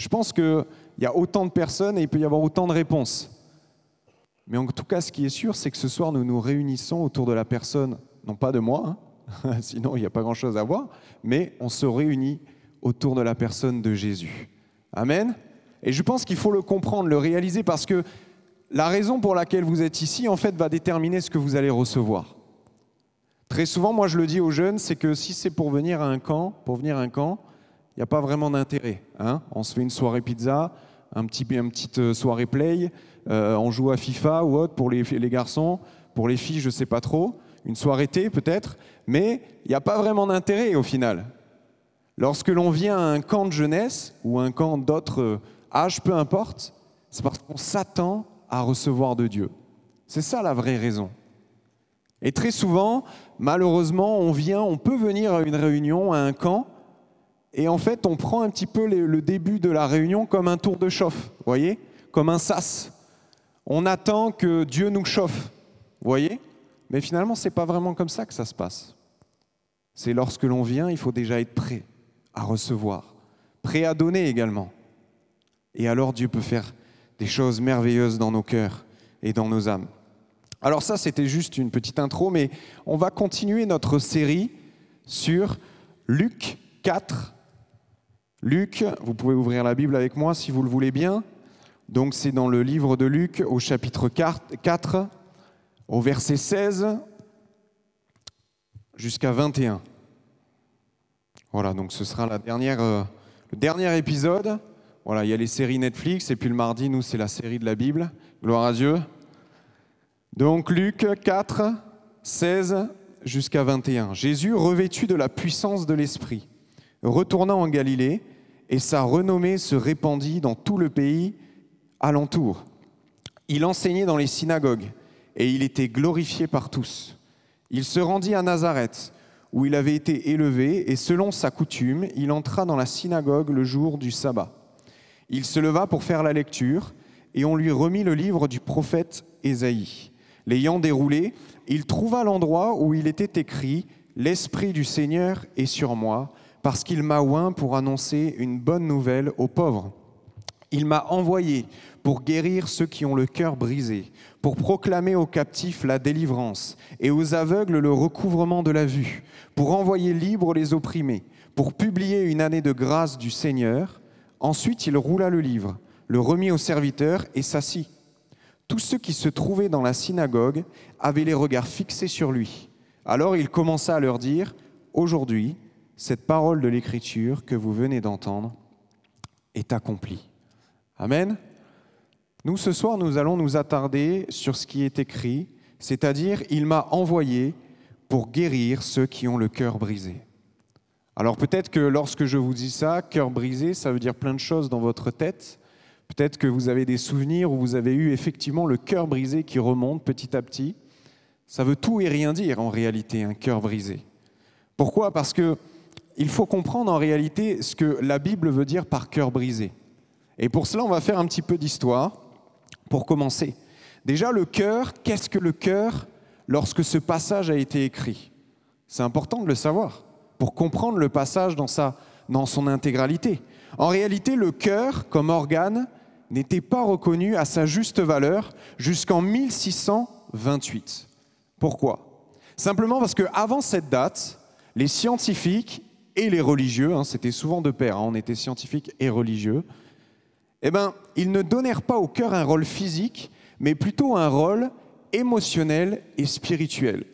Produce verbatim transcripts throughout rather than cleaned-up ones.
Je pense qu'il y a autant de personnes et il peut y avoir autant de réponses. Mais en tout cas, ce qui est sûr, c'est que ce soir, nous nous réunissons autour de la personne, non pas de moi, hein, sinon il n'y a pas grand-chose à voir, mais on se réunit autour de la personne de Jésus. Amen. Et je pense qu'il faut le comprendre, le réaliser, parce que la raison pour laquelle vous êtes ici, en fait, va déterminer ce que vous allez recevoir. Très souvent, moi je le dis aux jeunes, c'est que si c'est pour venir à un camp, pour venir à un camp, il n'y a pas vraiment d'intérêt. Hein, on se fait une soirée pizza, un petit, une petite soirée play, euh, on joue à FIFA ou autre pour les, les garçons, pour les filles, je ne sais pas trop, une soirée thé peut-être, mais il n'y a pas vraiment d'intérêt au final. Lorsque l'on vient à un camp de jeunesse ou un camp d'autres âges, peu importe, c'est parce qu'on s'attend à recevoir de Dieu. C'est ça la vraie raison. Et très souvent, malheureusement, on vient, on peut venir à une réunion, à un camp, et en fait, on prend un petit peu le, le début de la réunion comme un tour de chauffe, vous voyez, comme un sas. On attend que Dieu nous chauffe, vous voyez, mais finalement, ce n'est pas vraiment comme ça que ça se passe. C'est lorsque l'on vient, il faut déjà être prêt à recevoir, prêt à donner également. Et alors, Dieu peut faire des choses merveilleuses dans nos cœurs et dans nos âmes. Alors ça, c'était juste une petite intro, mais on va continuer notre série sur Luc quatre. Luc, vous pouvez ouvrir la Bible avec moi si vous le voulez bien. Donc c'est dans le livre de Luc au chapitre quatre, au verset seize jusqu'à vingt et un. Voilà, donc ce sera la dernière, euh, le dernier épisode. Voilà, il y a les séries Netflix et puis le mardi, nous, c'est la série de la Bible. Gloire à Dieu. Donc Luc quatre, seize jusqu'à vingt et un. Jésus, revêtu de la puissance de l'Esprit, retourna en Galilée et sa renommée se répandit dans tout le pays alentour. Il enseignait dans les synagogues et il était glorifié par tous. Il se rendit à Nazareth où il avait été élevé et selon sa coutume, il entra dans la synagogue le jour du sabbat. Il se leva pour faire la lecture et on lui remit le livre du prophète Ésaïe. L'ayant déroulé, il trouva l'endroit où il était écrit « L'Esprit du Seigneur est sur moi, parce qu'il m'a oint pour annoncer une bonne nouvelle aux pauvres. Il m'a envoyé pour guérir ceux qui ont le cœur brisé, pour proclamer aux captifs la délivrance et aux aveugles le recouvrement de la vue, pour envoyer libres les opprimés, pour publier une année de grâce du Seigneur. » Ensuite, il roula le livre, le remit au serviteur et s'assit. Tous ceux qui se trouvaient dans la synagogue avaient les regards fixés sur lui. Alors il commença à leur dire « Aujourd'hui, cette parole de l'Écriture que vous venez d'entendre est accomplie. » Amen. Nous, ce soir, nous allons nous attarder sur ce qui est écrit, c'est-à-dire « Il m'a envoyé pour guérir ceux qui ont le cœur brisé. » Alors peut-être que lorsque je vous dis ça, cœur brisé, ça veut dire plein de choses dans votre tête. Peut-être que vous avez des souvenirs où vous avez eu effectivement le cœur brisé qui remonte petit à petit. Ça veut tout et rien dire en réalité, un cœur brisé. Pourquoi ? Parce qu'il faut comprendre en réalité ce que la Bible veut dire par cœur brisé. Et pour cela, on va faire un petit peu d'histoire pour commencer. Déjà, le cœur, qu'est-ce que le cœur lorsque ce passage a été écrit ? C'est important de le savoir pour comprendre le passage dans, sa, dans son intégralité. En réalité, le cœur, comme organe, n'était pas reconnu à sa juste valeur jusqu'en mille six cent vingt-huit. Pourquoi ? Simplement parce qu'avant cette date, les scientifiques et les religieux, hein, c'était souvent de pair, hein, on était scientifiques et religieux, eh ben, ils ne donnèrent pas au cœur un rôle physique, mais plutôt un rôle émotionnel et spirituel.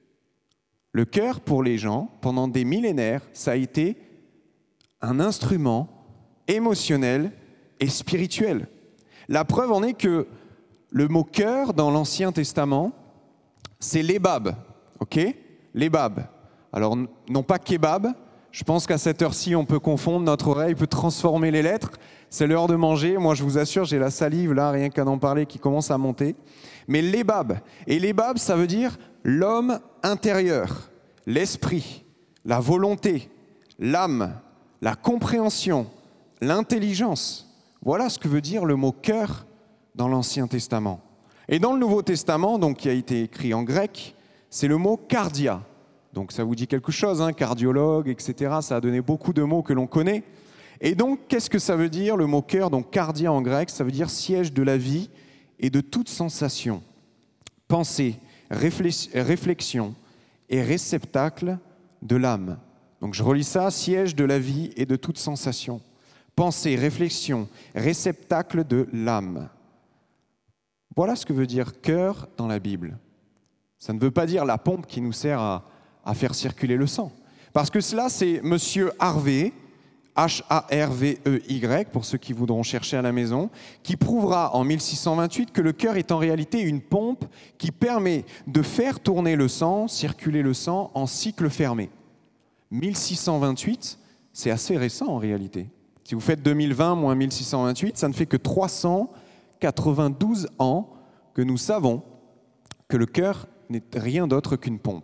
Le cœur, pour les gens, pendant des millénaires, ça a été un instrument émotionnel et spirituel. La preuve en est que le mot « cœur » dans l'Ancien Testament, c'est « lébab », ok ? Lébab. Alors, non pas « kebab », je pense qu'à cette heure-ci, on peut confondre, notre oreille peut transformer les lettres. C'est l'heure de manger. Moi, je vous assure, j'ai la salive, là, rien qu'à en parler, qui commence à monter. Mais lébab. Et lébab, ça veut dire l'homme intérieur, l'esprit, la volonté, l'âme, la compréhension, l'intelligence. Voilà ce que veut dire le mot « cœur » dans l'Ancien Testament. Et dans le Nouveau Testament, donc, qui a été écrit en grec, c'est le mot « cardia ». Donc ça vous dit quelque chose, hein, cardiologue, et cetera. Ça a donné beaucoup de mots que l'on connaît. Et donc, qu'est-ce que ça veut dire le mot cœur? Donc, cardia en grec, ça veut dire siège de la vie et de toute sensation, pensée, réflexion et réceptacle de l'âme. Donc, je relis ça, siège de la vie et de toute sensation, pensée, réflexion, réceptacle de l'âme. Voilà ce que veut dire cœur dans la Bible. Ça ne veut pas dire la pompe qui nous sert à, à faire circuler le sang. Parce que cela, c'est Monsieur Harvey, H A R V E Y, pour ceux qui voudront chercher à la maison, qui prouvera en mille six cent vingt-huit que le cœur est en réalité une pompe qui permet de faire tourner le sang, circuler le sang en cycle fermé. mille six cent vingt-huit, c'est assez récent en réalité. Si vous faites deux mille vingt moins mille six cent vingt-huit, ça ne fait que trois cent quatre-vingt-douze ans que nous savons que le cœur n'est rien d'autre qu'une pompe.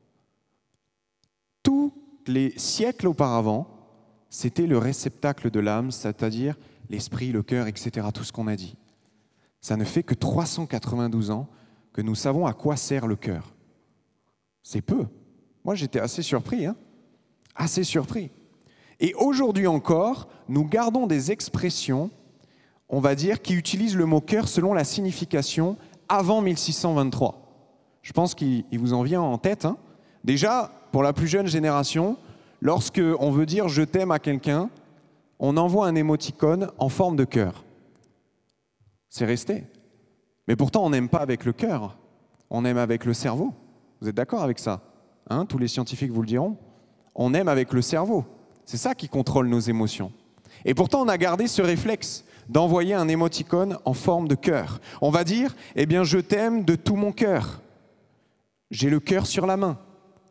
Tous les siècles auparavant, c'était le réceptacle de l'âme, c'est-à-dire l'esprit, le cœur, et cetera, tout ce qu'on a dit. Ça ne fait que trois cent quatre-vingt-douze ans que nous savons à quoi sert le cœur. C'est peu. Moi, j'étais assez surpris, hein, assez surpris. Et aujourd'hui encore, nous gardons des expressions, on va dire, qui utilisent le mot cœur selon la signification avant mille six cent vingt-trois. Je pense qu'il vous en vient en tête, hein. Déjà, pour la plus jeune génération, lorsque on veut dire « je t'aime » à quelqu'un, on envoie un émoticône en forme de cœur. C'est resté. Mais pourtant, on n'aime pas avec le cœur, on aime avec le cerveau. Vous êtes d'accord avec ça, hein? Tous les scientifiques vous le diront. On aime avec le cerveau. C'est ça qui contrôle nos émotions. Et pourtant, on a gardé ce réflexe d'envoyer un émoticône en forme de cœur. On va dire « eh bien, je t'aime de tout mon cœur. J'ai le cœur sur la main. »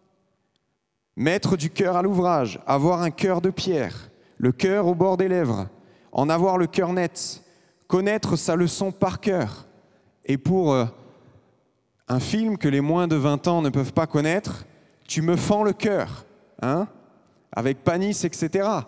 Mettre du cœur à l'ouvrage, avoir un cœur de pierre, le cœur au bord des lèvres, en avoir le cœur net, connaître sa leçon par cœur. Et pour euh, un film que les moins de vingt ans ne peuvent pas connaître, tu me fends le cœur, hein, avec Panis, et cetera.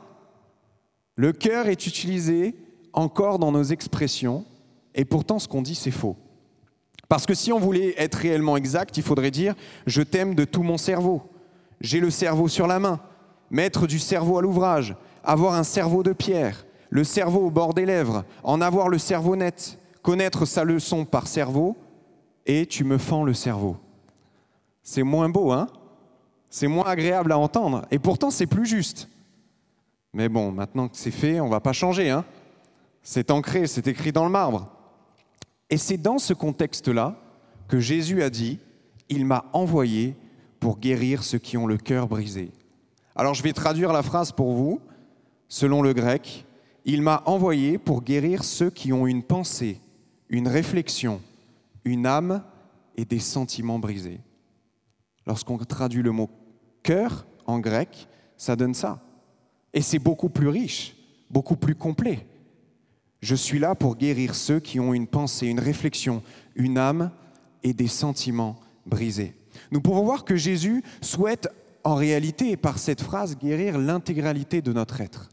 Le cœur est utilisé encore dans nos expressions, et pourtant ce qu'on dit, c'est faux. Parce que si on voulait être réellement exact, il faudrait dire « je t'aime de tout mon cerveau ». J'ai le cerveau sur la main, mettre du cerveau à l'ouvrage, avoir un cerveau de pierre, le cerveau au bord des lèvres, en avoir le cerveau net, connaître sa leçon par cerveau, et tu me fends le cerveau. C'est moins beau, hein? C'est moins agréable à entendre, et pourtant c'est plus juste. Mais bon, maintenant que c'est fait, on ne va pas changer, hein? C'est ancré, c'est écrit dans le marbre. Et c'est dans ce contexte-là que Jésus a dit « Il m'a envoyé pour guérir ceux qui ont le cœur brisé. » Alors je vais traduire la phrase pour vous, selon le grec. « Il m'a envoyé pour guérir ceux qui ont une pensée, une réflexion, une âme et des sentiments brisés. » Lorsqu'on traduit le mot « cœur » en grec, ça donne ça. Et c'est beaucoup plus riche, beaucoup plus complet. Je suis là pour guérir ceux qui ont une pensée, une réflexion, une âme et des sentiments brisés. Nous pouvons voir que Jésus souhaite en réalité, par cette phrase, guérir l'intégralité de notre être.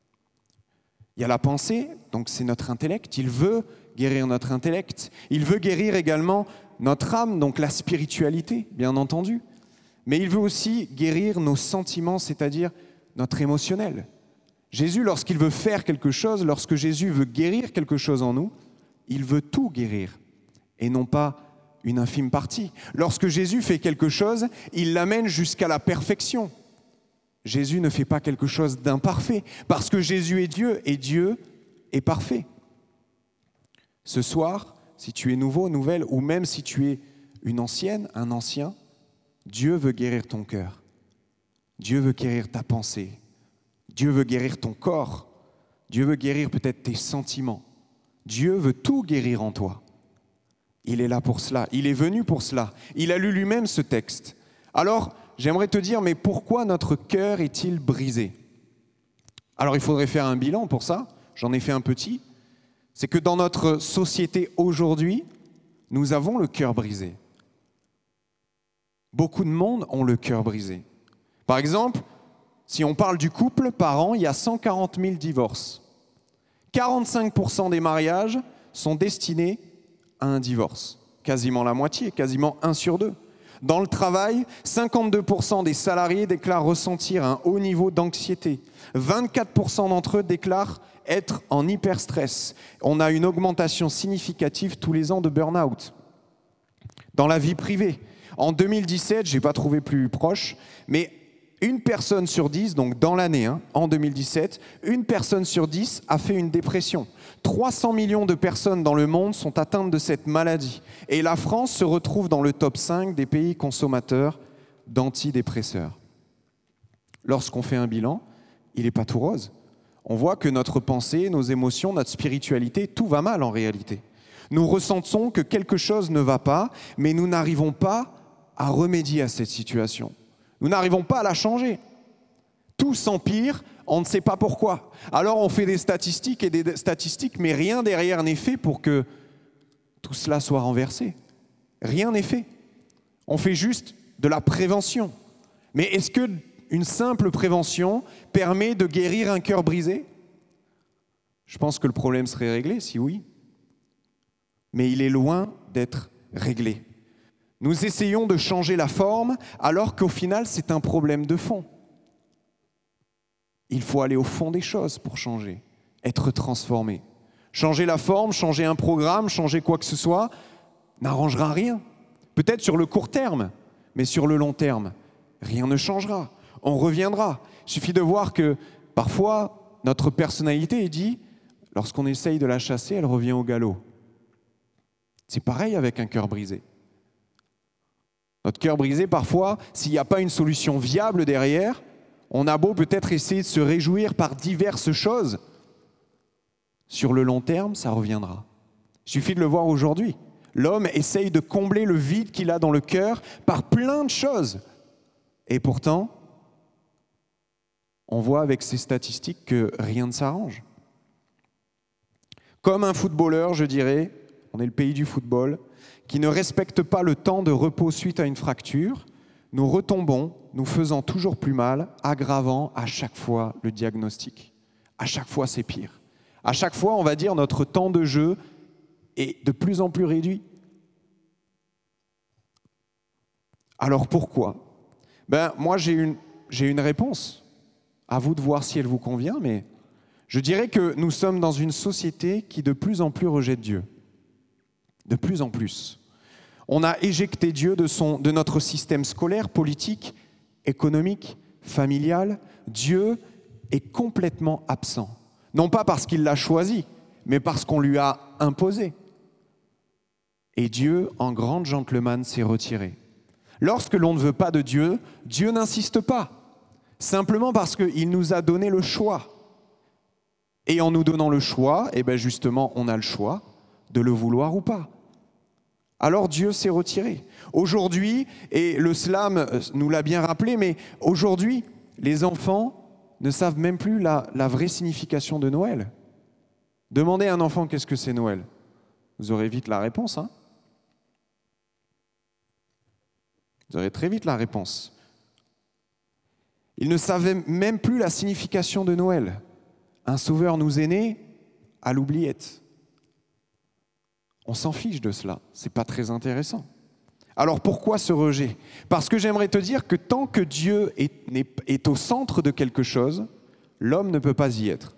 Il y a la pensée, donc c'est notre intellect. Il veut guérir notre intellect. Il veut guérir également notre âme, donc la spiritualité, bien entendu. Mais il veut aussi guérir nos sentiments, c'est-à-dire notre émotionnel. Jésus, lorsqu'il veut faire quelque chose, lorsque Jésus veut guérir quelque chose en nous, il veut tout guérir et non pas une infime partie. Lorsque Jésus fait quelque chose, il l'amène jusqu'à la perfection. Jésus ne fait pas quelque chose d'imparfait parce que Jésus est Dieu et Dieu est parfait. Ce soir, si tu es nouveau, nouvelle, ou même si tu es une ancienne, un ancien, Dieu veut guérir ton cœur. Dieu veut guérir ta pensée. Dieu veut guérir ton corps. Dieu veut guérir peut-être tes sentiments. Dieu veut tout guérir en toi. Il est là pour cela. Il est venu pour cela. Il a lu lui-même ce texte. Alors, j'aimerais te dire, mais pourquoi notre cœur est-il brisé? Alors, il faudrait faire un bilan pour ça. J'en ai fait un petit. C'est que dans notre société aujourd'hui, nous avons le cœur brisé. Beaucoup de monde ont le cœur brisé. Par exemple, si on parle du couple, par an, il y a cent quarante mille divorces. quarante-cinq pour cent des mariages sont destinés à un divorce. Quasiment la moitié, quasiment un sur deux. Dans le travail, cinquante-deux pour cent des salariés déclarent ressentir un haut niveau d'anxiété. vingt-quatre pour cent d'entre eux déclarent être en hyperstress. On a une augmentation significative tous les ans de burn-out. Dans la vie privée, en deux mille dix-sept, je n'ai pas trouvé plus proche, mais une personne sur dix, donc dans l'année, hein, en deux mille dix-sept, une personne sur dix a fait une dépression. trois cents millions de personnes dans le monde sont atteintes de cette maladie. Et la France se retrouve dans le top cinq des pays consommateurs d'antidépresseurs. Lorsqu'on fait un bilan, il n'est pas tout rose. On voit que notre pensée, nos émotions, notre spiritualité, tout va mal en réalité. Nous ressentons que quelque chose ne va pas, mais nous n'arrivons pas à remédier à cette situation. Nous n'arrivons pas à la changer. Tout s'empire, on ne sait pas pourquoi. Alors on fait des statistiques et des statistiques, mais rien derrière n'est fait pour que tout cela soit renversé. Rien n'est fait. On fait juste de la prévention. Mais est-ce qu'une simple prévention permet de guérir un cœur brisé ? Je pense que le problème serait réglé, si oui. Mais il est loin d'être réglé. Nous essayons de changer la forme, alors qu'au final, c'est un problème de fond. Il faut aller au fond des choses pour changer, être transformé. Changer la forme, changer un programme, changer quoi que ce soit, n'arrangera rien. Peut-être sur le court terme, mais sur le long terme, rien ne changera. On reviendra. Il suffit de voir que parfois, notre personnalité est dit, lorsqu'on essaye de la chasser, elle revient au galop. C'est pareil avec un cœur brisé. Notre cœur brisé, parfois, s'il n'y a pas une solution viable derrière, on a beau peut-être essayer de se réjouir par diverses choses, sur le long terme, ça reviendra. Il suffit de le voir aujourd'hui. L'homme essaye de combler le vide qu'il a dans le cœur par plein de choses. Et pourtant, on voit avec ces statistiques que rien ne s'arrange. Comme un footballeur, je dirais, on est le pays du football, qui ne respecte pas le temps de repos suite à une fracture, nous retombons, nous faisant toujours plus mal, aggravant à chaque fois le diagnostic. À chaque fois, c'est pire. À chaque fois, on va dire, notre temps de jeu est de plus en plus réduit. Alors pourquoi ? Ben, moi, j'ai une, j'ai une réponse. À vous de voir si elle vous convient, mais je dirais que nous sommes dans une société qui de plus en plus rejette Dieu. De plus en plus. On a éjecté Dieu de, son, de notre système scolaire, politique, économique, familial. Dieu est complètement absent. Non pas parce qu'il l'a choisi, mais parce qu'on lui a imposé. Et Dieu, en grand gentleman, s'est retiré. Lorsque l'on ne veut pas de Dieu, Dieu n'insiste pas. Simplement parce qu'il nous a donné le choix. Et en nous donnant le choix, eh bien justement, on a le choix de le vouloir ou pas. Alors Dieu s'est retiré. Aujourd'hui, et le slam nous l'a bien rappelé, mais aujourd'hui, les enfants ne savent même plus la, la vraie signification de Noël. Demandez à un enfant qu'est-ce que c'est Noël. Vous aurez vite la réponse. Hein ? Vous aurez très vite la réponse. Ils ne savaient même plus la signification de Noël. Un sauveur nous est né à l'oubliette. On s'en fiche de cela, c'est pas très intéressant. Alors pourquoi ce rejet ? Parce que j'aimerais te dire que tant que Dieu est, est au centre de quelque chose, l'homme ne peut pas y être.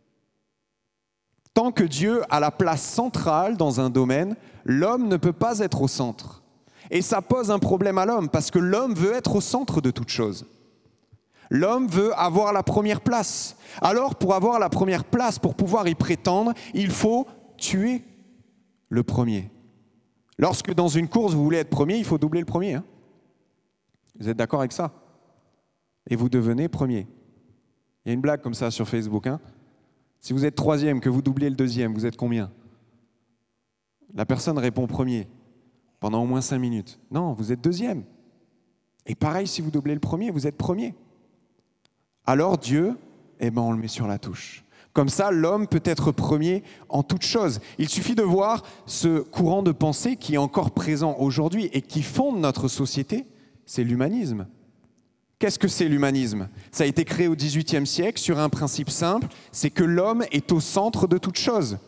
Tant que Dieu a la place centrale dans un domaine, l'homme ne peut pas être au centre. Et ça pose un problème à l'homme, parce que l'homme veut être au centre de toute chose. L'homme veut avoir la première place. Alors pour avoir la première place, pour pouvoir y prétendre, il faut tuer le premier. Lorsque dans une course, vous voulez être premier, il faut doubler le premier. Hein. Vous êtes d'accord avec ça ? Et vous devenez premier. Il y a une blague comme ça sur Facebook. Hein. Si vous êtes troisième, que vous doublez le deuxième, vous êtes combien ? La personne répond premier pendant au moins cinq minutes. Non, vous êtes deuxième. Et pareil, si vous doublez le premier, vous êtes premier. Alors Dieu, eh ben, on le met sur la touche. Comme ça, l'homme peut être premier en toutes choses. Il suffit de voir ce courant de pensée qui est encore présent aujourd'hui et qui fonde notre société, c'est l'humanisme. Qu'est-ce que c'est l'humanisme ? Ça a été créé au dix-huitième siècle sur un principe simple, c'est que l'homme est au centre de toute chose.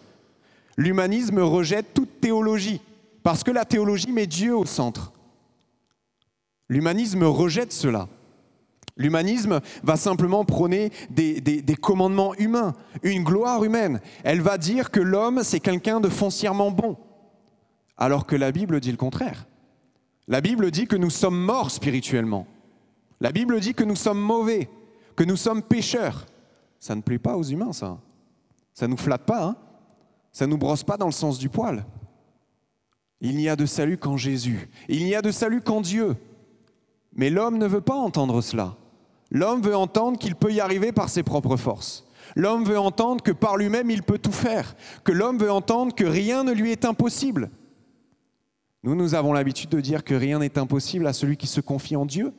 L'humanisme rejette toute théologie, parce que la théologie met Dieu au centre. L'humanisme rejette cela. L'humanisme va simplement prôner des, des, des commandements humains, une gloire humaine. Elle va dire que l'homme, c'est quelqu'un de foncièrement bon, alors que la Bible dit le contraire. La Bible dit que nous sommes morts spirituellement. La Bible dit que nous sommes mauvais, que nous sommes pécheurs. Ça ne plaît pas aux humains, ça. Ça ne nous flatte pas, hein. Ça ne nous brosse pas dans le sens du poil. Il n'y a de salut qu'en Jésus. Il n'y a de salut qu'en Dieu. Mais l'homme ne veut pas entendre cela. L'homme veut entendre qu'il peut y arriver par ses propres forces. L'homme veut entendre que par lui-même, il peut tout faire. Que l'homme veut entendre que rien ne lui est impossible. Nous, nous avons l'habitude de dire que rien n'est impossible à celui qui se confie en Dieu.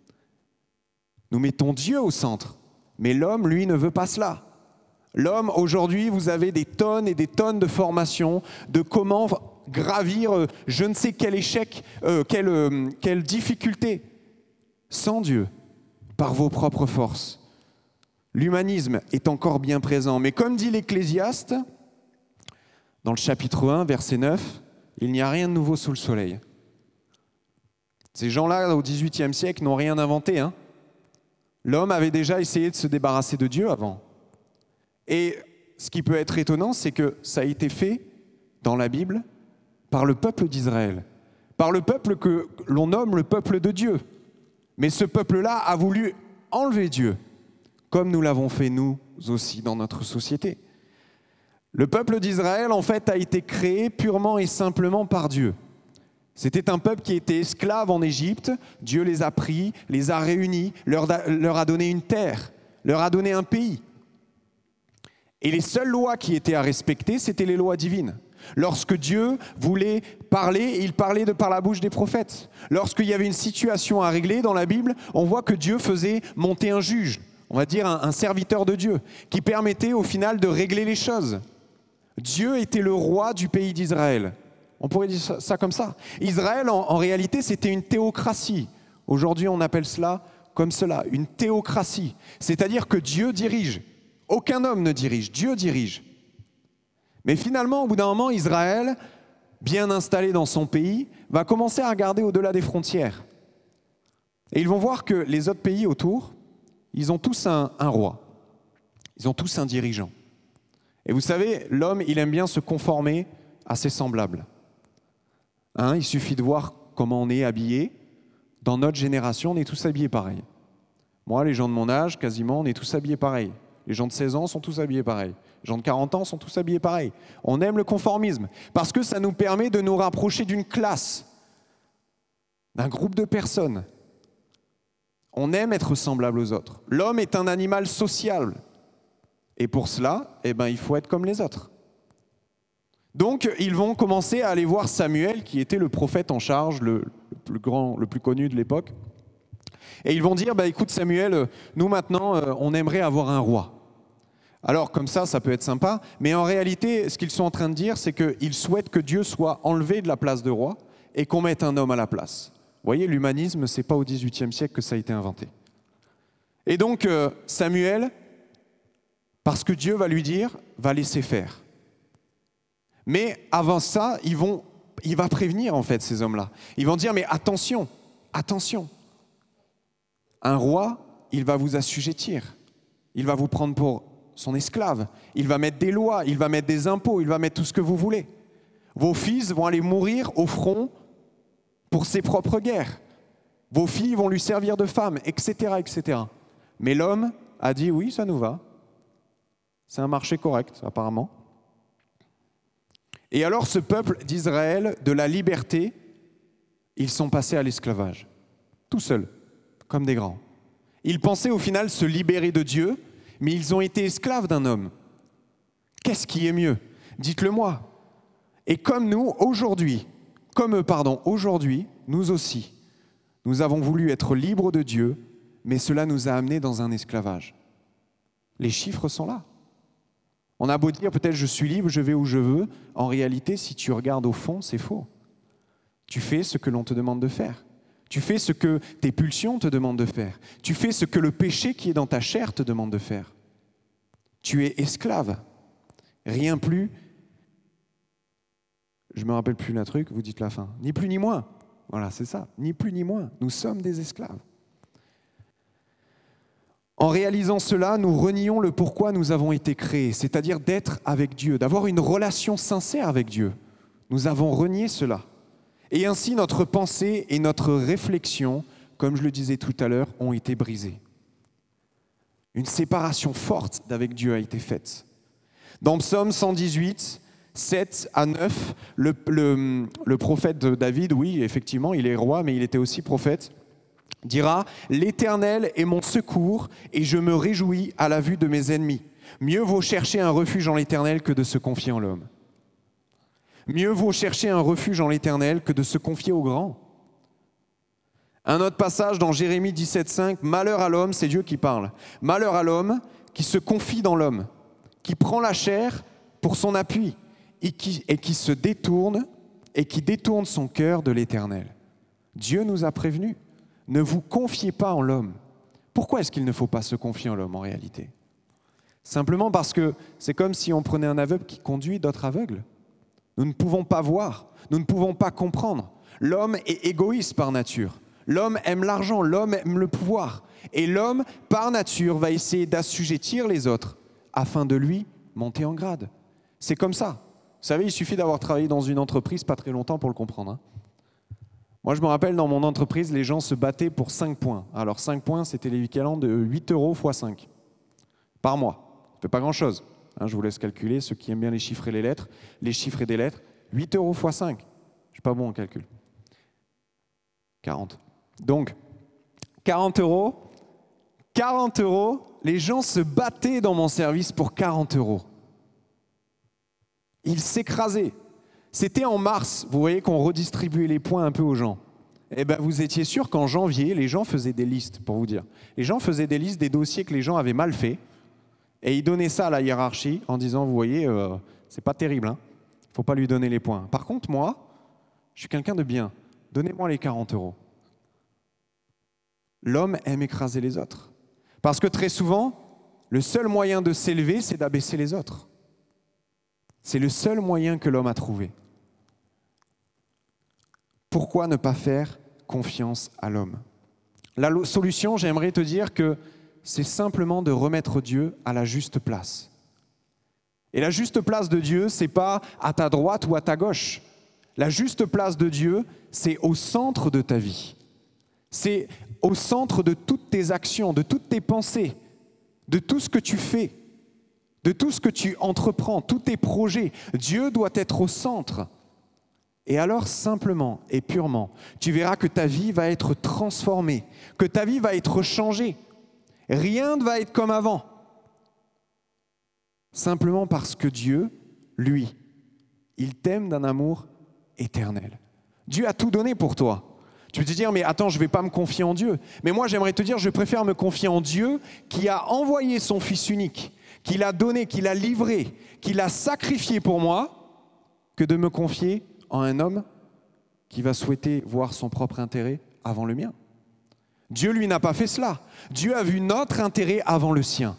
Nous mettons Dieu au centre. Mais l'homme, lui, ne veut pas cela. L'homme, aujourd'hui, vous avez des tonnes et des tonnes de formations de comment gravir euh, je ne sais quel échec, euh, quelle, euh, quelle difficulté, sans Dieu, par vos propres forces. L'humanisme est encore bien présent. Mais comme dit l'Ecclésiaste, dans le chapitre un, verset neuf, il n'y a rien de nouveau sous le soleil. Ces gens-là, au dix-huitième siècle, n'ont rien inventé, hein. L'homme avait déjà essayé de se débarrasser de Dieu avant. Et ce qui peut être étonnant, c'est que ça a été fait dans la Bible par le peuple d'Israël, par le peuple que l'on nomme le peuple de Dieu. Mais ce peuple-là a voulu enlever Dieu, comme nous l'avons fait nous aussi dans notre société. Le peuple d'Israël, en fait, a été créé purement et simplement par Dieu. C'était un peuple qui était esclave en Égypte. Dieu les a pris, les a réunis, leur, leur a donné une terre, leur a donné un pays. Et les seules lois qui étaient à respecter, c'était les lois divines. Lorsque Dieu voulait parler, il parlait de par la bouche des prophètes. Lorsqu'il y avait une situation à régler dans la Bible, on voit que Dieu faisait monter un juge, on va dire un, un serviteur de Dieu, qui permettait au final de régler les choses. Dieu était le roi du pays d'Israël. On pourrait dire ça, ça comme ça. Israël, en, en réalité, c'était une théocratie. Aujourd'hui, on appelle cela comme cela, une théocratie. C'est-à-dire que Dieu dirige. Aucun homme ne dirige, Dieu dirige. Mais finalement, au bout d'un moment, Israël, bien installé dans son pays, va commencer à regarder au-delà des frontières. Et ils vont voir que les autres pays autour, ils ont tous un, un roi. Ils ont tous un dirigeant. Et vous savez, l'homme, il aime bien se conformer à ses semblables. Hein, il suffit de voir comment on est habillé. Dans notre génération, on est tous habillés pareil. Moi, les gens de mon âge, quasiment, on est tous habillés pareil. Les gens de seize ans sont tous habillés pareil. Les gens de quarante ans sont tous habillés pareil. On aime le conformisme parce que ça nous permet de nous rapprocher d'une classe, d'un groupe de personnes. On aime être semblable aux autres. L'homme est un animal sociable. Et pour cela, eh ben, il faut être comme les autres. Donc, ils vont commencer à aller voir Samuel, qui était le prophète en charge, le, le plus grand, le plus connu de l'époque. Et ils vont dire, bah, écoute Samuel, nous maintenant, euh, on aimerait avoir un roi. Alors, comme ça, ça peut être sympa, mais en réalité, ce qu'ils sont en train de dire, c'est qu'ils souhaitent que Dieu soit enlevé de la place de roi et qu'on mette un homme à la place. Vous voyez, l'humanisme, ce n'est pas au dix-huitième siècle que ça a été inventé. Et donc, euh, Samuel, parce que Dieu va lui dire, va laisser faire. Mais avant ça, ils vont, il va prévenir en fait ces hommes-là. Ils vont dire, mais attention, attention. Un roi, il va vous assujettir. Il va vous prendre pour son esclave. Il va mettre des lois, il va mettre des impôts, il va mettre tout ce que vous voulez. Vos fils vont aller mourir au front pour ses propres guerres. Vos filles vont lui servir de femmes, et cetera, et cetera. Mais l'homme a dit, oui, ça nous va. C'est un marché correct, apparemment. Et alors, ce peuple d'Israël, de la liberté, ils sont passés à l'esclavage. Tout seuls, comme des grands. Ils pensaient au final se libérer de Dieu, mais ils ont été esclaves d'un homme. Qu'est-ce qui est mieux? Dites-le moi. Et comme nous, aujourd'hui, comme eux, pardon, aujourd'hui, nous aussi, nous avons voulu être libres de Dieu, mais cela nous a amenés dans un esclavage. Les chiffres sont là. On a beau dire peut-être je suis libre, je vais où je veux. En réalité, si tu regardes au fond, c'est faux. Tu fais ce que l'on te demande de faire. Tu fais ce que tes pulsions te demandent de faire. Tu fais ce que le péché qui est dans ta chair te demande de faire. Tu es esclave. Rien plus. Je ne me rappelle plus la truc, vous dites la fin. Ni plus ni moins. Voilà, c'est ça, ni plus ni moins. Nous sommes des esclaves. En réalisant cela, nous renions le pourquoi nous avons été créés, c'est-à-dire d'être avec Dieu, d'avoir une relation sincère avec Dieu. Nous avons renié cela. Et ainsi, notre pensée et notre réflexion, comme je le disais tout à l'heure, ont été brisées. Une séparation forte d'avec Dieu a été faite. Dans Psaume cent dix-huit, sept à neuf, le, le, le prophète David, oui, effectivement, il est roi, mais il était aussi prophète, dira « L'Éternel est mon secours et je me réjouis à la vue de mes ennemis. Mieux vaut chercher un refuge en l'Éternel que de se confier en l'homme. Mieux vaut chercher un refuge en l'Éternel que de se confier au grand. » Un autre passage dans Jérémie dix-sept cinq, « Malheur à l'homme », c'est Dieu qui parle, « Malheur à l'homme qui se confie dans l'homme, qui prend la chair pour son appui et qui, et qui se détourne et qui détourne son cœur de l'Éternel. » Dieu nous a prévenus. Ne vous confiez pas en l'homme. Pourquoi est-ce qu'il ne faut pas se confier en l'homme en réalité ? Simplement parce que c'est comme si on prenait un aveugle qui conduit d'autres aveugles. Nous ne pouvons pas voir, nous ne pouvons pas comprendre. L'homme est égoïste par nature. L'homme aime l'argent, l'homme aime le pouvoir. Et l'homme, par nature, va essayer d'assujettir les autres afin de lui monter en grade. C'est comme ça. Vous savez, il suffit d'avoir travaillé dans une entreprise pas très longtemps pour le comprendre. Hein. Moi, je me rappelle, dans mon entreprise, les gens se battaient pour cinq points. Alors, cinq points, c'était l'équivalent de huit euros fois cinq par mois. Ça ne fait pas grand-chose. Hein, je vous laisse calculer, ceux qui aiment bien les chiffres et les lettres, les chiffres et des lettres, huit euros fois cinq. Je ne suis pas bon en calcul. quarante. Donc, quarante euros, quarante euros, les gens se battaient dans mon service pour quarante euros. Ils s'écrasaient. C'était en mars, vous voyez qu'on redistribuait les points un peu aux gens. Eh bien, vous étiez sûr qu'en janvier, les gens faisaient des listes, pour vous dire. Les gens faisaient des listes des dossiers que les gens avaient mal faits, et ils donnaient ça à la hiérarchie en disant, vous voyez, euh, c'est pas terrible, hein. Il ne faut pas lui donner les points. Par contre, moi, je suis quelqu'un de bien. Donnez-moi les quarante euros. L'homme aime écraser les autres. Parce que très souvent, le seul moyen de s'élever, c'est d'abaisser les autres. C'est le seul moyen que l'homme a trouvé. Pourquoi ne pas faire confiance à l'homme ? La solution, j'aimerais te dire que c'est simplement de remettre Dieu à la juste place. Et la juste place de Dieu, c'est pas à ta droite ou à ta gauche. La juste place de Dieu, c'est au centre de ta vie. C'est au centre de toutes tes actions, de toutes tes pensées, de tout ce que tu fais, de tout ce que tu entreprends, tous tes projets. Dieu doit être au centre. Et alors, simplement et purement, tu verras que ta vie va être transformée, que ta vie va être changée. Rien ne va être comme avant. Simplement parce que Dieu, lui, il t'aime d'un amour éternel. Dieu a tout donné pour toi. Tu peux te dire, mais attends, je ne vais pas me confier en Dieu. Mais moi, j'aimerais te dire, je préfère me confier en Dieu qui a envoyé son Fils unique, qui l'a donné, qui l'a livré, qui l'a sacrifié pour moi, que de me confier en un homme qui va souhaiter voir son propre intérêt avant le mien. Dieu, lui, n'a pas fait cela. Dieu a vu notre intérêt avant le sien.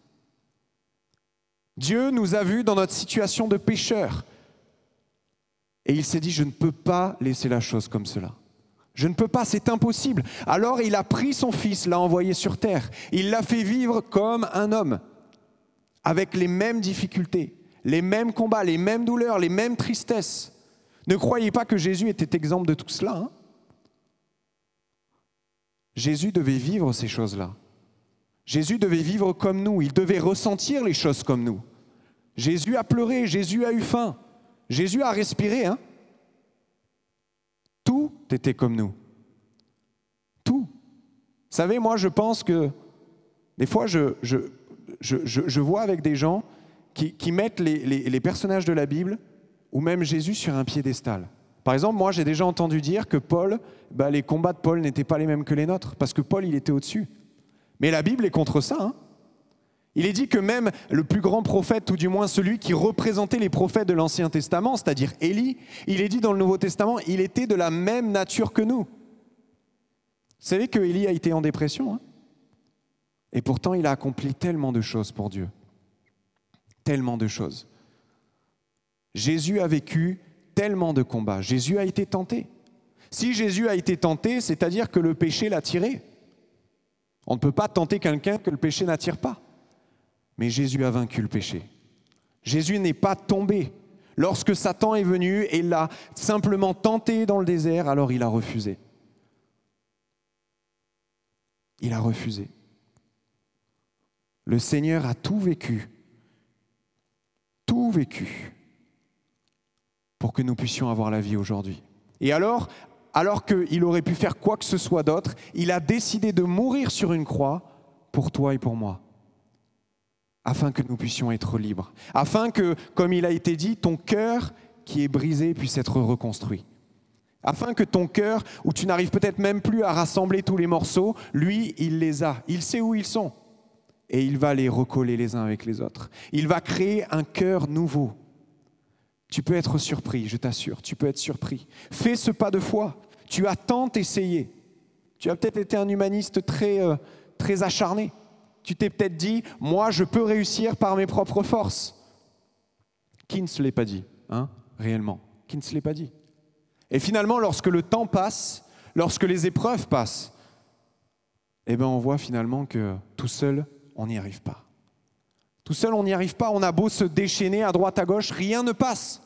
Dieu nous a vus dans notre situation de pécheur. Et il s'est dit, je ne peux pas laisser la chose comme cela. Je ne peux pas, c'est impossible. Alors il a pris son Fils, l'a envoyé sur terre. Il l'a fait vivre comme un homme, avec les mêmes difficultés, les mêmes combats, les mêmes douleurs, les mêmes tristesses. Ne croyez pas que Jésus était exempt de tout cela. Hein. Jésus devait vivre ces choses-là. Jésus devait vivre comme nous, il devait ressentir les choses comme nous. Jésus a pleuré, Jésus a eu faim, Jésus a respiré. Hein. Tout était comme nous. Tout. Vous savez, moi je pense que des fois je, je, je, je, je vois avec des gens qui, qui mettent les, les, les personnages de la Bible ou même Jésus sur un piédestal. Par exemple, moi j'ai déjà entendu dire que Paul, bah, les combats de Paul n'étaient pas les mêmes que les nôtres, parce que Paul il était au-dessus. Mais la Bible est contre ça. Hein. Il est dit que même le plus grand prophète, ou du moins celui qui représentait les prophètes de l'Ancien Testament, c'est-à-dire Élie, il est dit dans le Nouveau Testament, il était de la même nature que nous. Vous savez que Élie a été en dépression, hein, et pourtant il a accompli tellement de choses pour Dieu. Tellement de choses. Jésus a vécu tellement de combats. Jésus a été tenté. Si Jésus a été tenté, c'est-à-dire que le péché l'a tiré. On ne peut pas tenter quelqu'un que le péché n'attire pas. Mais Jésus a vaincu le péché. Jésus n'est pas tombé. Lorsque Satan est venu et l'a simplement tenté dans le désert, alors il a refusé. Il a refusé. Le Seigneur a tout vécu, tout vécu, pour que nous puissions avoir la vie aujourd'hui. Et alors, alors qu'il aurait pu faire quoi que ce soit d'autre, il a décidé de mourir sur une croix pour toi et pour moi, afin que nous puissions être libres, afin que, comme il a été dit, ton cœur qui est brisé puisse être reconstruit. Afin que ton cœur, où tu n'arrives peut-être même plus à rassembler tous les morceaux, lui, il les a, il sait où ils sont. Et il va les recoller les uns avec les autres. Il va créer un cœur nouveau. Tu peux être surpris, je t'assure, tu peux être surpris. Fais ce pas de foi. Tu as tant essayé. Tu as peut-être été un humaniste très, euh, très acharné. Tu t'es peut-être dit, moi, je peux réussir par mes propres forces. Qui ne se l'est pas dit, hein, réellement? Qui ne se l'est pas dit? Et finalement, lorsque le temps passe, lorsque les épreuves passent, eh ben, on voit finalement que tout seul, on n'y arrive pas. Tout seul, on n'y arrive pas. On a beau se déchaîner à droite, à gauche, rien ne passe.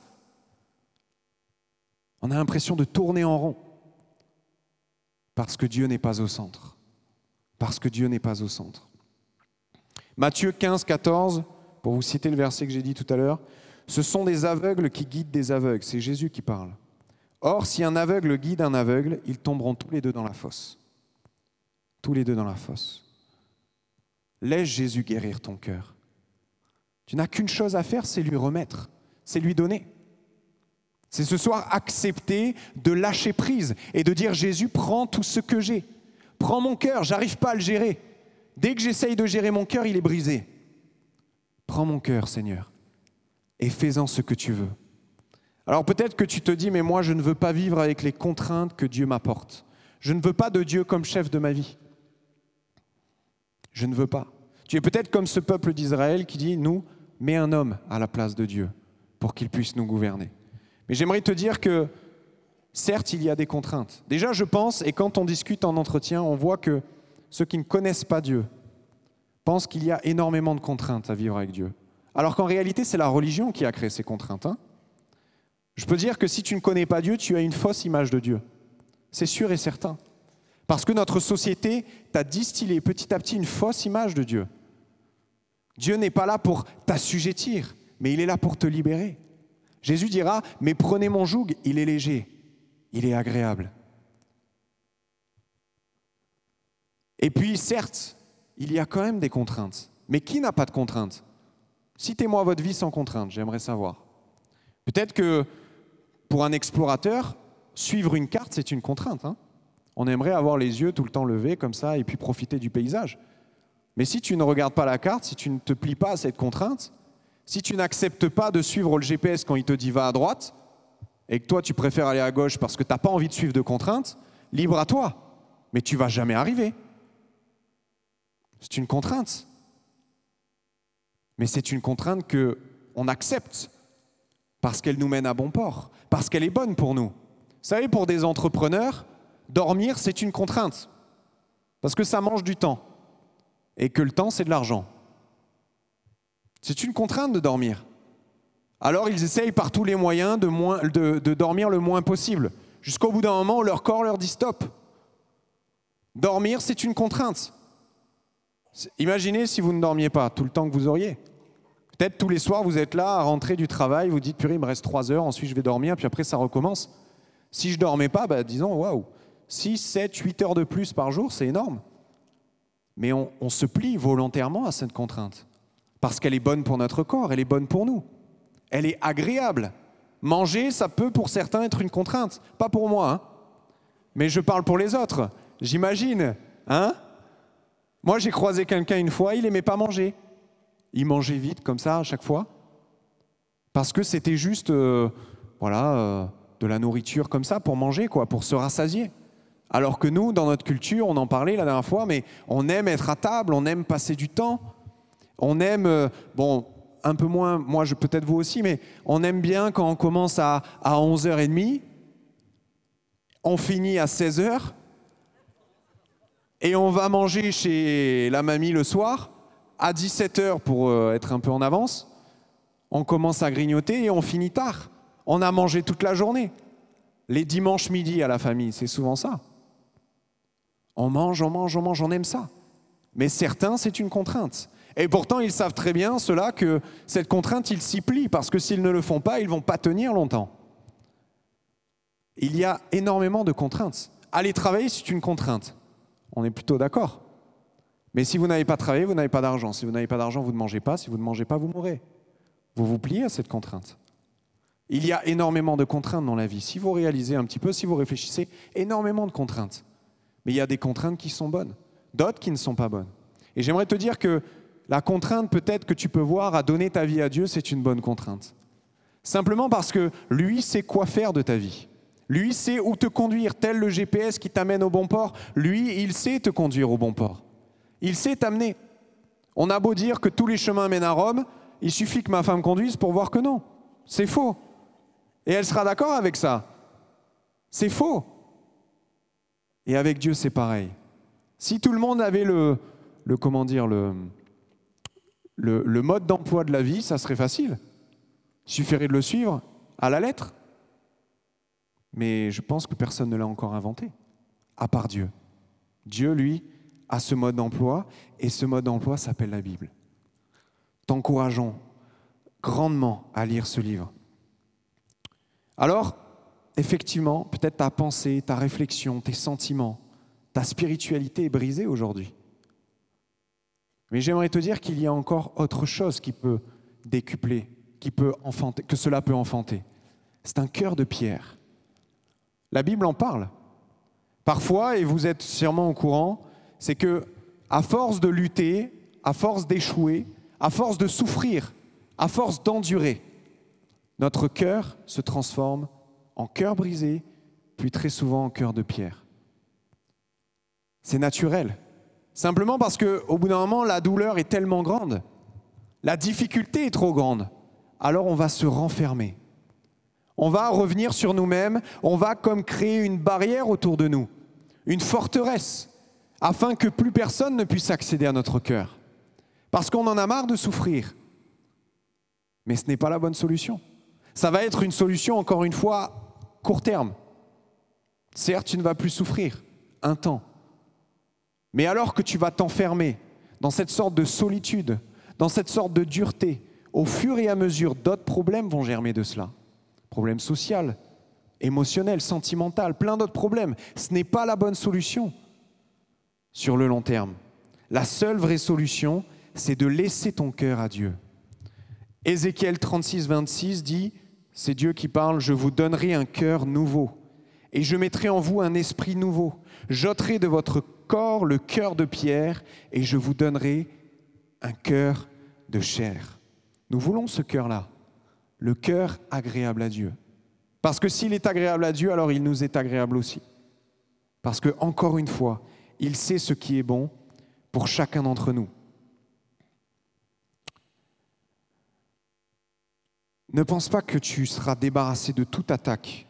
On a l'impression de tourner en rond. Parce que Dieu n'est pas au centre. Parce que Dieu n'est pas au centre. Matthieu quinze, quatorze, pour vous citer le verset que j'ai dit tout à l'heure, « Ce sont des aveugles qui guident des aveugles. » C'est Jésus qui parle. « Or, si un aveugle guide un aveugle, ils tomberont tous les deux dans la fosse. » Tous les deux dans la fosse. Laisse Jésus guérir ton cœur. Tu n'as qu'une chose à faire, c'est lui remettre, c'est lui donner. C'est ce soir accepter de lâcher prise et de dire « Jésus, prends tout ce que j'ai. Prends mon cœur, j'arrive pas à le gérer. Dès que j'essaye de gérer mon cœur, il est brisé. Prends mon cœur, Seigneur, et fais-en ce que tu veux. » Alors peut-être que tu te dis « Mais moi, je ne veux pas vivre avec les contraintes que Dieu m'apporte. Je ne veux pas de Dieu comme chef de ma vie. Je ne veux pas. » Tu es peut-être comme ce peuple d'Israël qui dit « Nous, mets un homme à la place de Dieu pour qu'il puisse nous gouverner. » Mais j'aimerais te dire que, certes, il y a des contraintes. Déjà, je pense, et quand on discute en entretien, on voit que ceux qui ne connaissent pas Dieu pensent qu'il y a énormément de contraintes à vivre avec Dieu. Alors qu'en réalité, c'est la religion qui a créé ces contraintes. Hein. Je peux dire que si tu ne connais pas Dieu, tu as une fausse image de Dieu. C'est sûr et certain. Parce que notre société t'a distillé petit à petit une fausse image de Dieu. Dieu n'est pas là pour t'assujettir, mais il est là pour te libérer. Jésus dira, mais prenez mon joug, il est léger, il est agréable. Et puis, certes, il y a quand même des contraintes. Mais qui n'a pas de contraintes? Citez-moi votre vie sans contraintes, j'aimerais savoir. Peut-être que pour un explorateur, suivre une carte, c'est une contrainte. Hein. On aimerait avoir les yeux tout le temps levés comme ça et puis profiter du paysage. Mais si tu ne regardes pas la carte, si tu ne te plies pas à cette contrainte, si tu n'acceptes pas de suivre le G P S quand il te dit va à droite, et que toi tu préfères aller à gauche parce que tu n'as pas envie de suivre de contraintes, libre à toi, mais tu ne vas jamais arriver. C'est une contrainte. Mais c'est une contrainte qu'on accepte parce qu'elle nous mène à bon port, parce qu'elle est bonne pour nous. Vous savez, pour des entrepreneurs, dormir, c'est une contrainte parce que ça mange du temps et que le temps, c'est de l'argent. C'est une contrainte de dormir. Alors, ils essayent par tous les moyens de, moins, de, de dormir le moins possible, jusqu'au bout d'un moment où leur corps leur dit stop. Dormir, c'est une contrainte. Imaginez si vous ne dormiez pas tout le temps que vous auriez. Peut-être tous les soirs, vous êtes là à rentrer du travail, vous dites, purée, il me reste trois heures, ensuite je vais dormir, puis après ça recommence. Si je ne dormais pas, bah, disons, waouh, six, sept, huit heures de plus par jour, c'est énorme. Mais on, on se plie volontairement à cette contrainte. Parce qu'elle est bonne pour notre corps, elle est bonne pour nous. Elle est agréable. Manger, ça peut pour certains être une contrainte. Pas pour moi, hein. Mais je parle pour les autres. J'imagine, hein. Moi, j'ai croisé quelqu'un une fois, il n'aimait pas manger. Il mangeait vite, comme ça, à chaque fois. Parce que c'était juste, euh, voilà, euh, de la nourriture comme ça, pour manger, quoi, pour se rassasier. Alors que nous, dans notre culture, on en parlait la dernière fois, mais on aime être à table, on aime passer du temps. On aime, euh, bon, un peu moins, moi, je, peut-être vous aussi, mais on aime bien quand on commence à, à onze heures trente. on finit à seize heures et on va manger chez la mamie le soir à dix-sept heures pour euh, être un peu en avance. On commence à grignoter et on finit tard. On a mangé toute la journée. Les dimanches midi à la famille, c'est souvent ça. On mange, on mange, on mange, on aime ça. Mais certains, c'est une contrainte. Et pourtant, ils savent très bien, ceux-là, que cette contrainte, ils s'y plient, parce que s'ils ne le font pas, ils ne vont pas tenir longtemps. Il y a énormément de contraintes. Aller travailler, c'est une contrainte. On est plutôt d'accord. Mais si vous n'avez pas travaillé, vous n'avez pas d'argent. Si vous n'avez pas d'argent, vous ne mangez pas. Si vous ne mangez pas, vous mourrez. Vous vous pliez à cette contrainte. Il y a énormément de contraintes dans la vie. Si vous réalisez un petit peu, si vous réfléchissez, énormément de contraintes. Mais il y a des contraintes qui sont bonnes, d'autres qui ne sont pas bonnes. Et j'aimerais te dire que la contrainte peut-être que tu peux voir à donner ta vie à Dieu, c'est une bonne contrainte. Simplement parce que lui sait quoi faire de ta vie. Lui sait où te conduire, tel le G P S qui t'amène au bon port. Lui, il sait te conduire au bon port. Il sait t'amener. On a beau dire que tous les chemins mènent à Rome, il suffit que ma femme conduise pour voir que non. C'est faux. Et elle sera d'accord avec ça. C'est faux. Et avec Dieu, c'est pareil. Si tout le monde avait le, le comment dire, le, le, le mode d'emploi de la vie, ça serait facile. Il suffirait de le suivre à la lettre. Mais je pense que personne ne l'a encore inventé, à part Dieu. Dieu, lui, a ce mode d'emploi, et ce mode d'emploi s'appelle la Bible. T'encourageons grandement à lire ce livre. Alors, effectivement, peut-être ta pensée, ta réflexion, tes sentiments, ta spiritualité est brisée aujourd'hui. Mais j'aimerais te dire qu'il y a encore autre chose qui peut décupler, qui peut enfanter, que cela peut enfanter. C'est un cœur de pierre. La Bible en parle. Parfois, et vous êtes sûrement au courant, c'est que à force de lutter, à force d'échouer, à force de souffrir, à force d'endurer, notre cœur se transforme en cœur brisé, puis très souvent en cœur de pierre. C'est naturel. Simplement parce qu'au bout d'un moment, la douleur est tellement grande, la difficulté est trop grande, alors on va se renfermer. On va revenir sur nous-mêmes, on va comme créer une barrière autour de nous, une forteresse, afin que plus personne ne puisse accéder à notre cœur. Parce qu'on en a marre de souffrir. Mais ce n'est pas la bonne solution. Ça va être une solution, encore une fois, court terme. Certes, tu ne vas plus souffrir, un temps. Mais alors que tu vas t'enfermer dans cette sorte de solitude, dans cette sorte de dureté, au fur et à mesure, d'autres problèmes vont germer de cela. Problèmes sociaux, émotionnels, sentimentaux, plein d'autres problèmes. Ce n'est pas la bonne solution sur le long terme. La seule vraie solution, c'est de laisser ton cœur à Dieu. Ézéchiel trente-six, vingt-six dit, c'est Dieu qui parle, « Je vous donnerai un cœur nouveau et je mettrai en vous un esprit nouveau. J'ôterai de votre corps le cœur de pierre et je vous donnerai un cœur de chair. » Nous voulons ce cœur-là, le cœur agréable à Dieu. Parce que s'il est agréable à Dieu, alors il nous est agréable aussi. Parce que, encore une fois, il sait ce qui est bon pour chacun d'entre nous. Ne pense pas que tu seras débarrassé de toute attaque.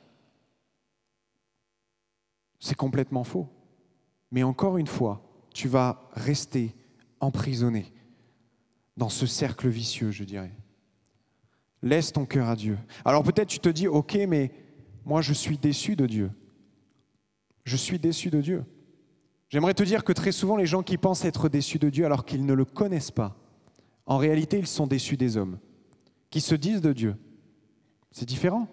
C'est complètement faux. Mais encore une fois, tu vas rester emprisonné dans ce cercle vicieux, je dirais. Laisse ton cœur à Dieu. Alors peut-être tu te dis, ok, mais moi je suis déçu de Dieu. Je suis déçu de Dieu. J'aimerais te dire que très souvent, les gens qui pensent être déçus de Dieu alors qu'ils ne le connaissent pas, en réalité, ils sont déçus des hommes qui se disent de Dieu. C'est différent.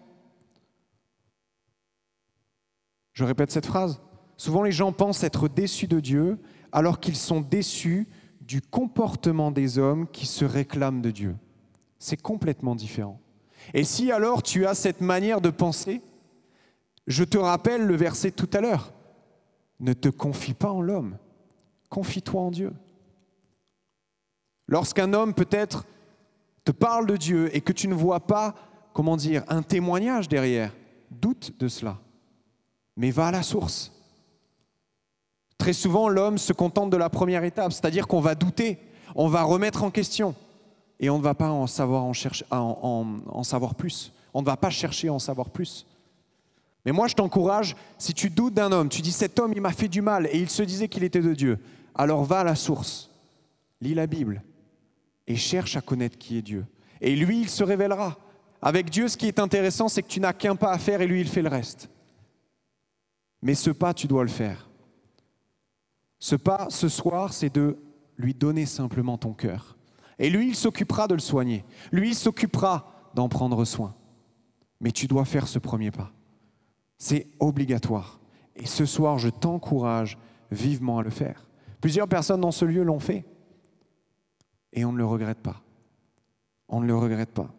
Je répète cette phrase. Souvent, les gens pensent être déçus de Dieu alors qu'ils sont déçus du comportement des hommes qui se réclament de Dieu. C'est complètement différent. Et si alors tu as cette manière de penser, je te rappelle le verset tout à l'heure. Ne te confie pas en l'homme, confie-toi en Dieu. Lorsqu'un homme peut-être te parle de Dieu et que tu ne vois pas, comment dire, un témoignage derrière, doute de cela, mais va à la source. Très souvent, l'homme se contente de la première étape, c'est-à-dire qu'on va douter, on va remettre en question et on ne va pas en savoir, en chercher, en, en, en savoir plus. On ne va pas chercher à en savoir plus. Mais moi, je t'encourage, si tu doutes d'un homme, tu dis cet homme, il m'a fait du mal et il se disait qu'il était de Dieu, alors va à la source, lis la Bible et cherche à connaître qui est Dieu. Et lui, il se révélera. Avec Dieu, ce qui est intéressant, c'est que tu n'as qu'un pas à faire et lui, il fait le reste. Mais ce pas, tu dois le faire. Ce pas, ce soir, c'est de lui donner simplement ton cœur. Et lui, il s'occupera de le soigner. Lui, il s'occupera d'en prendre soin. Mais tu dois faire ce premier pas. C'est obligatoire. Et ce soir, je t'encourage vivement à le faire. Plusieurs personnes dans ce lieu l'ont fait. Et on ne le regrette pas. On ne le regrette pas.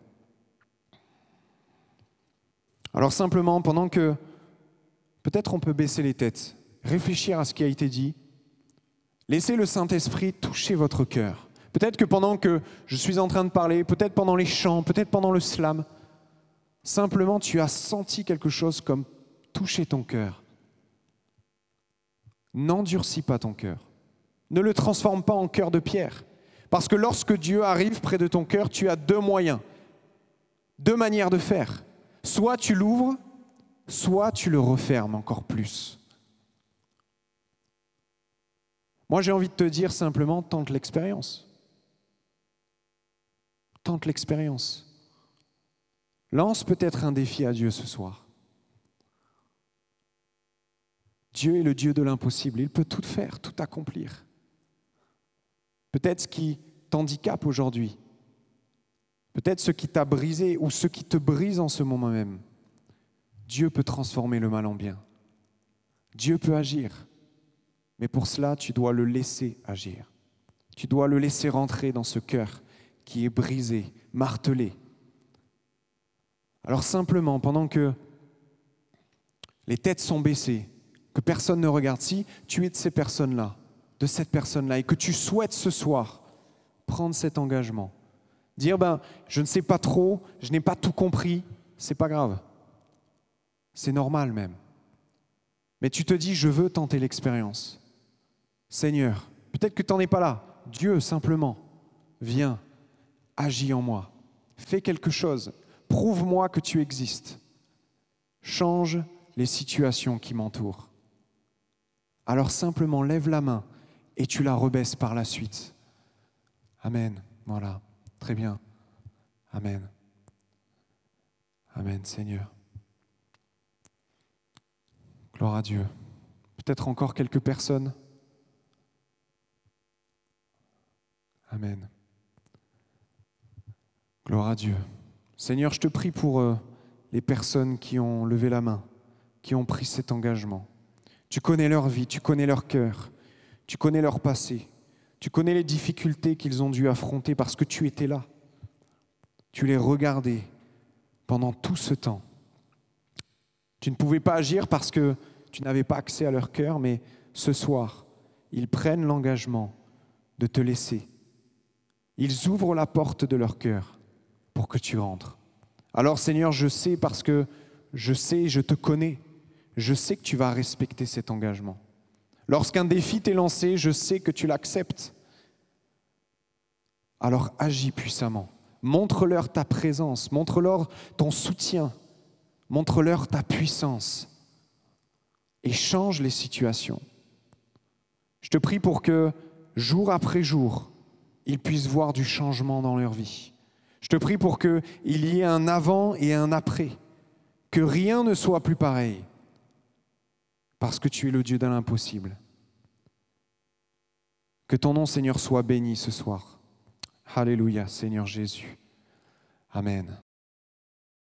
Alors simplement, pendant que peut-être on peut baisser les têtes, réfléchir à ce qui a été dit, laissez le Saint-Esprit toucher votre cœur. Peut-être que pendant que je suis en train de parler, peut-être pendant les chants, peut-être pendant le slam, simplement tu as senti quelque chose comme toucher ton cœur. N'endurcis pas ton cœur. Ne le transforme pas en cœur de pierre. Parce que lorsque Dieu arrive près de ton cœur, tu as deux moyens, deux manières de faire. Soit tu l'ouvres, soit tu le refermes encore plus. Moi, j'ai envie de te dire simplement, tente l'expérience. Tente l'expérience. Lance peut-être un défi à Dieu ce soir. Dieu est le Dieu de l'impossible. Il peut tout faire, tout accomplir. Peut-être ce qui t'handicape aujourd'hui. Peut-être ce qui t'a brisé ou ce qui te brise en ce moment même. Dieu peut transformer le mal en bien. Dieu peut agir. Mais pour cela, tu dois le laisser agir. Tu dois le laisser rentrer dans ce cœur qui est brisé, martelé. Alors simplement, pendant que les têtes sont baissées, que personne ne regarde, si tu es de ces personnes-là, de cette personne-là, et que tu souhaites ce soir prendre cet engagement, dire, ben, je ne sais pas trop, je n'ai pas tout compris, c'est pas grave. C'est normal même. Mais tu te dis, je veux tenter l'expérience. Seigneur, peut-être que tu n'en es pas là. Dieu, simplement, viens, agis en moi. Fais quelque chose. Prouve-moi que tu existes. Change les situations qui m'entourent. Alors simplement, lève la main et tu la rebaisses par la suite. Amen. Voilà. Très bien. Amen. Amen, Seigneur. Gloire à Dieu. Peut-être encore quelques personnes. Amen. Gloire à Dieu. Seigneur, je te prie pour euh, les personnes qui ont levé la main, qui ont pris cet engagement. Tu connais leur vie, tu connais leur cœur, tu connais leur passé, tu connais les difficultés qu'ils ont dû affronter parce que tu étais là. Tu les regardais pendant tout ce temps. Tu ne pouvais pas agir parce que tu n'avais pas accès à leur cœur, mais ce soir, ils prennent l'engagement de te laisser. Ils ouvrent la porte de leur cœur pour que tu entres. Alors Seigneur, je sais parce que je sais, je te connais, je sais que tu vas respecter cet engagement. Lorsqu'un défi t'est lancé, je sais que tu l'acceptes. Alors agis puissamment. Montre-leur ta présence, montre-leur ton soutien, montre-leur ta puissance et change les situations. Je te prie pour que, jour après jour, ils puissent voir du changement dans leur vie. Je te prie pour qu'il y ait un avant et un après, que rien ne soit plus pareil, parce que tu es le Dieu de l'impossible. Que ton nom, Seigneur, soit béni ce soir. Alléluia, Seigneur Jésus. Amen.